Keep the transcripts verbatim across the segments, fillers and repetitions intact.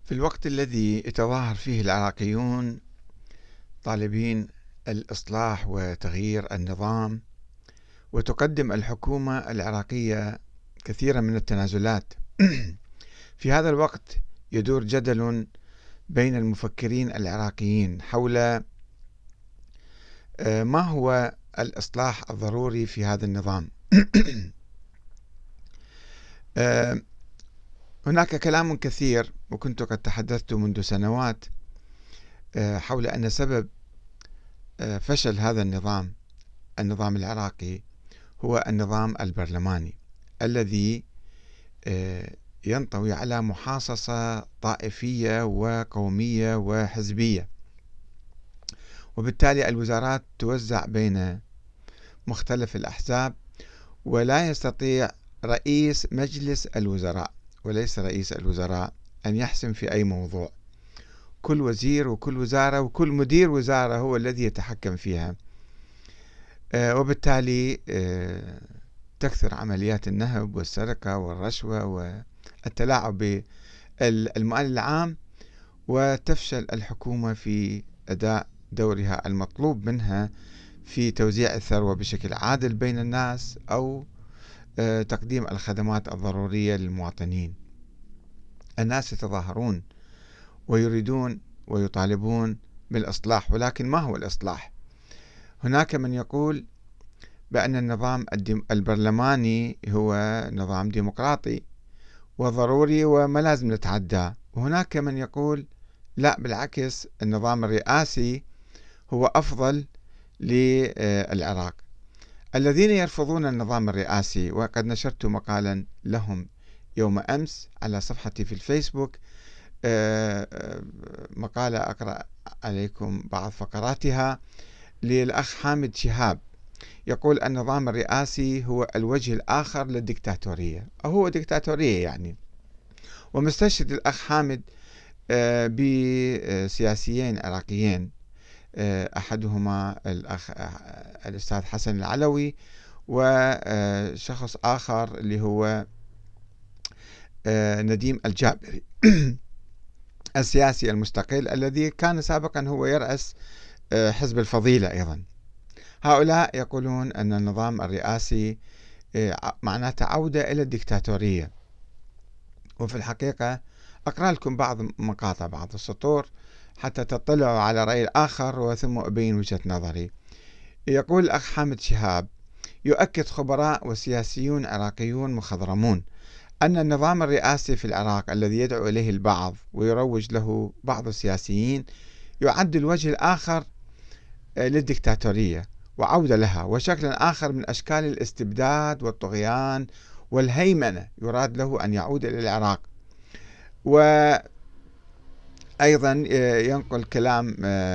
في الوقت الذي يتظاهر فيه العراقيون طالبين الإصلاح وتغيير النظام، وتقدم الحكومة العراقية كثيرا من التنازلات. في هذا الوقت يدور جدل بين المفكرين العراقيين حول ما هو الإصلاح الضروري في هذا النظام. هناك كلام كثير، وكنت قد تحدثت منذ سنوات حول أن سبب فشل هذا النظام النظام العراقي هو النظام البرلماني الذي ينطوي على محاصصة طائفية وقومية وحزبية، وبالتالي الوزارات توزع بين مختلف الأحزاب، ولا يستطيع رئيس مجلس الوزراء وليس رئيس الوزراء أن يحسم في أي موضوع. كل وزير وكل وزارة وكل مدير وزارة هو الذي يتحكم فيها، وبالتالي تكثر عمليات النهب والسرقة والرشوة والتلاعب بالمال العام، وتفشل الحكومة في أداء دورها المطلوب منها في توزيع الثروة بشكل عادل بين الناس أو تقديم الخدمات الضرورية للمواطنين. الناس يتظاهرون ويريدون ويطالبون بالإصلاح، ولكن ما هو الإصلاح؟ هناك من يقول بأن النظام البرلماني هو نظام ديمقراطي وضروري وما لازم نتعداه، وهناك من يقول لا، بالعكس، النظام الرئاسي هو أفضل للعراق. الذين يرفضون النظام الرئاسي، وقد نشرت مقالا لهم يوم أمس على صفحتي في الفيسبوك، مقالة أقرأ عليكم بعض فقراتها للأخ حامد شهاب، يقول النظام الرئاسي هو الوجه الآخر للديكتاتورية، أو هو ديكتاتورية يعني. ومستشهد الأخ حامد بسياسيين عراقيين، أحدهما الأخ الأستاذ حسن العلوي، وشخص آخر اللي هو نديم الجابري السياسي المستقل الذي كان سابقا هو يرأس حزب الفضيلة أيضا. هؤلاء يقولون أن النظام الرئاسي معناته عودة إلى الديكتاتورية، وفي الحقيقة أقرأ لكم بعض مقاطع بعض السطور حتى تطلعوا على رأي الآخر وثم أبين وجهة نظري. يقول الأخ حامد شهاب: يؤكد خبراء وسياسيون عراقيون مخضرمون أن النظام الرئاسي في العراق الذي يدعو إليه البعض ويروج له بعض السياسيين يعد الوجه الآخر للديكتاتورية وعودة لها، وشكل آخر من أشكال الاستبداد والطغيان والهيمنة يراد له أن يعود إلى العراق. وأيضا ينقل كلام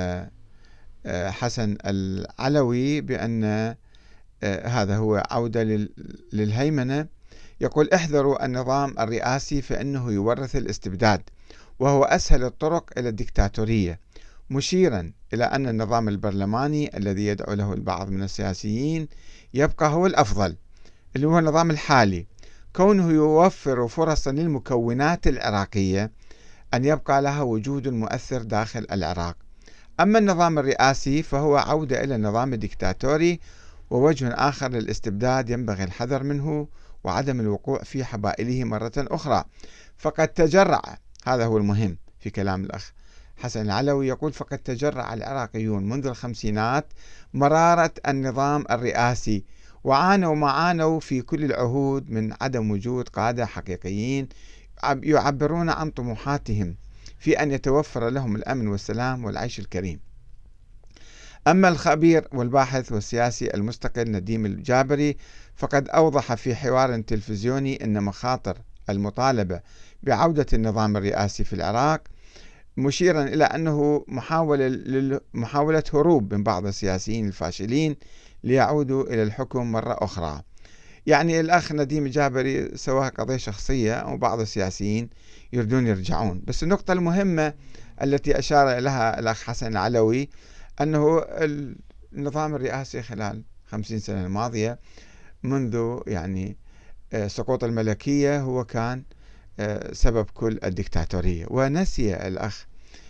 حسن العلوي بأن هذا هو عودة للهيمنة. يقول: احذروا النظام الرئاسي فإنه يورث الاستبداد وهو أسهل الطرق إلى الديكتاتورية، مشيرا إلى أن النظام البرلماني الذي يدعو له البعض من السياسيين يبقى هو الأفضل، اللي هو النظام الحالي، كونه يوفر فرصا للمكونات العراقية أن يبقى لها وجود مؤثر داخل العراق. أما النظام الرئاسي فهو عودة إلى النظام الديكتاتوري ووجه آخر للاستبداد ينبغي الحذر منه وعدم الوقوع في حبائله مرة أخرى. فقد تجرع، هذا هو المهم في كلام الأخ حسن العلوي، يقول: فقد تجرع العراقيون منذ الخمسينات مرارة النظام الرئاسي، وعانوا ما عانوا في كل العهود من عدم وجود قادة حقيقيين يعبرون عن طموحاتهم في أن يتوفر لهم الأمن والسلام والعيش الكريم. أما الخبير والباحث والسياسي المستقل نديم الجابري فقد أوضح في حوار تلفزيوني أن مخاطر المطالبة بعودة النظام الرئاسي في العراق، مشيرا إلى أنه محاولة محاولة هروب من بعض السياسيين الفاشلين ليعودوا إلى الحكم مرة أخرى. يعني الأخ نديم الجابري سواها قضية شخصية، أو بعض السياسيين يريدون يرجعون. بس النقطة المهمة التي أشار إليها الأخ حسن العلوي أنه النظام الرئاسي خلال خمسين سنة الماضية منذ يعني سقوط الملكية هو كان سبب كل الدكتاتورية. ونسي الأخ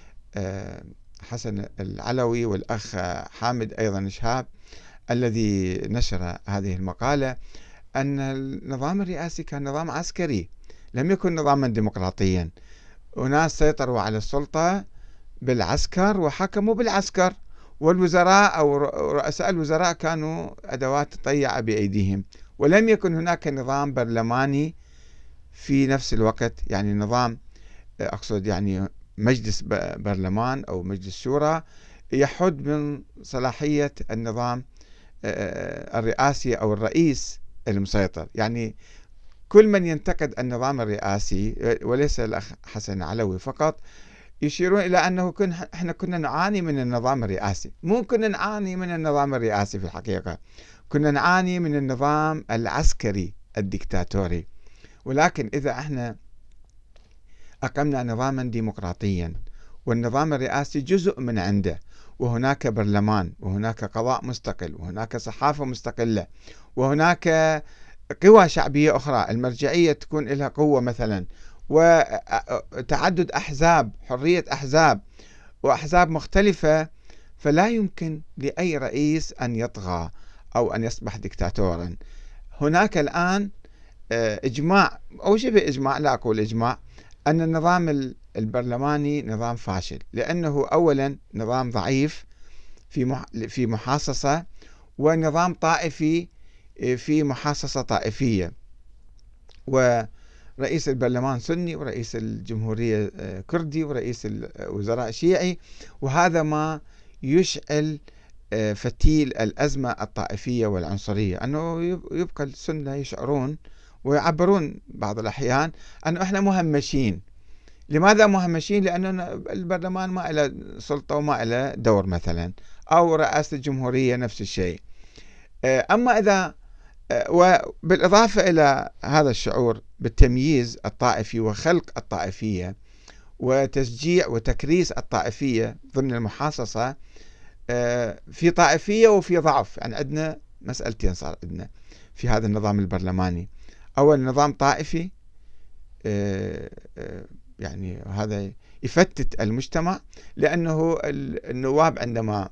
حسن العلوي والأخ حامد أيضا شهاب الذي نشر هذه المقالة أن النظام الرئاسي كان نظام عسكري، لم يكن نظاما ديمقراطيا. وناس سيطروا على السلطة بالعسكر وحكموا بالعسكر، والوزراء أو رؤساء الوزراء كانوا أدوات طيعة بأيديهم، ولم يكن هناك نظام برلماني في نفس الوقت، يعني نظام أقصد يعني مجلس برلمان أو مجلس شورى يحد من صلاحية النظام الرئاسي أو الرئيس المسيطر. يعني كل من ينتقد النظام الرئاسي وليس الأخ حسن علوي فقط يشيرون إلى أنه كن إحنا كنا نعاني من النظام الرئاسي. مو كنا نعاني من النظام الرئاسي، في الحقيقة كنا نعاني من النظام العسكري الدكتاتوري. ولكن إذا إحنا أقمنا نظاما ديمقراطيا والنظام الرئاسي جزء من عنده، وهناك برلمان وهناك قضاء مستقل وهناك صحافة مستقلة وهناك قوى شعبية أخرى، المرجعية تكون لها قوة مثلا، وتعدد أحزاب، حرية أحزاب وأحزاب مختلفة، فلا يمكن لأي رئيس أن يطغى أو أن يصبح دكتاتورا. هناك الآن إجماع أو شبه إجماع، لا أقول إجماع، أن النظام البرلماني نظام فاشل، لأنه أولا نظام ضعيف في في محاصصة، ونظام طائفي في محاصصة طائفية، ورئيس البرلمان سني ورئيس الجمهورية كردي ورئيس الوزراء شيعي، وهذا ما يشعل فتيل الأزمة الطائفية والعنصرية، أنه يبقى السنة يشعرون ويعبرون بعض الأحيان أنه إحنا مهمشين. لماذا مهمشين؟ لأن البرلمان ما له سلطة وما له دور مثلا، أو رئاسة الجمهورية نفس الشيء. أما إذا وبالإضافة إلى هذا الشعور بالتمييز الطائفي وخلق الطائفية وتشجيع وتكريس الطائفية ضمن المحاصصة، في طائفية وفي ضعف. يعني عندنا مسألتين صار عندنا في هذا النظام البرلماني. أول نظام طائفي، يعني هذا يفتت المجتمع، لأنه النواب عندما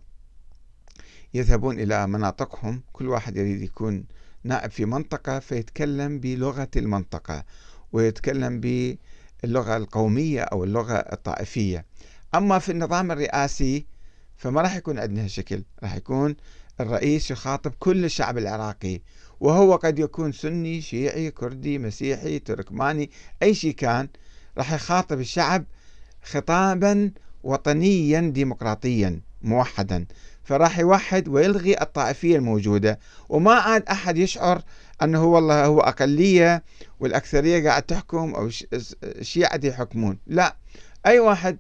يذهبون إلى مناطقهم كل واحد يريد يكون نائب في منطقة فيتكلم بلغة المنطقة ويتكلم باللغة القومية أو اللغة الطائفية. أما في النظام الرئاسي فما راح يكون عندنا هالشكل، راح يكون الرئيس يخاطب كل الشعب العراقي، وهو قد يكون سني شيعي كردي مسيحي تركماني أي شيء كان، راح يخاطب الشعب خطابا وطنيا ديمقراطيا موحدا، فراح يوحد ويلغي الطائفية الموجودة، وما عاد أحد يشعر أنه والله هو أقلية والأكثرية قاعد تحكم أو الشيعة يحكمون. لا، أي واحد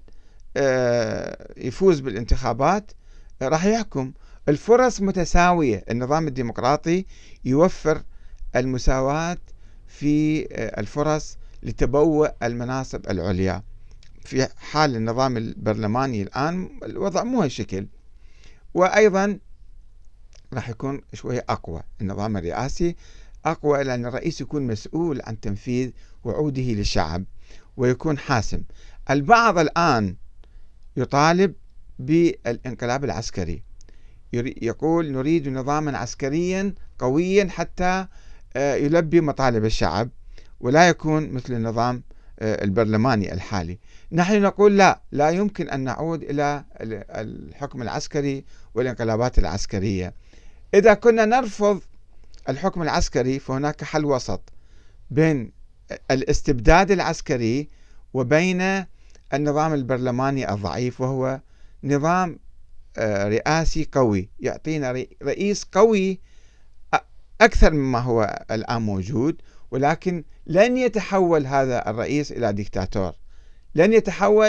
يفوز بالانتخابات راح يحكم. الفرص متساوية، النظام الديمقراطي يوفر المساواة في الفرص لتبوء المناصب العليا. في حال النظام البرلماني الآن الوضع مو هالشكل. وأيضا راح يكون شوية أقوى النظام الرئاسي، أقوى لأن الرئيس يكون مسؤول عن تنفيذ وعوده للشعب ويكون حاسم. البعض الآن يطالب بالانقلاب العسكري، يقول نريد نظاما عسكريا قويا حتى يلبي مطالب الشعب ولا يكون مثل النظام البرلماني الحالي. نحن نقول لا، لا يمكن أن نعود إلى الحكم العسكري والانقلابات العسكرية. إذا كنا نرفض الحكم العسكري فهناك حل وسط بين الاستبداد العسكري وبين النظام البرلماني الضعيف، وهو نظام رئاسي قوي يعطينا رئيس قوي أكثر مما هو الآن موجود، ولكن لن يتحول هذا الرئيس إلى ديكتاتور، لن يتحول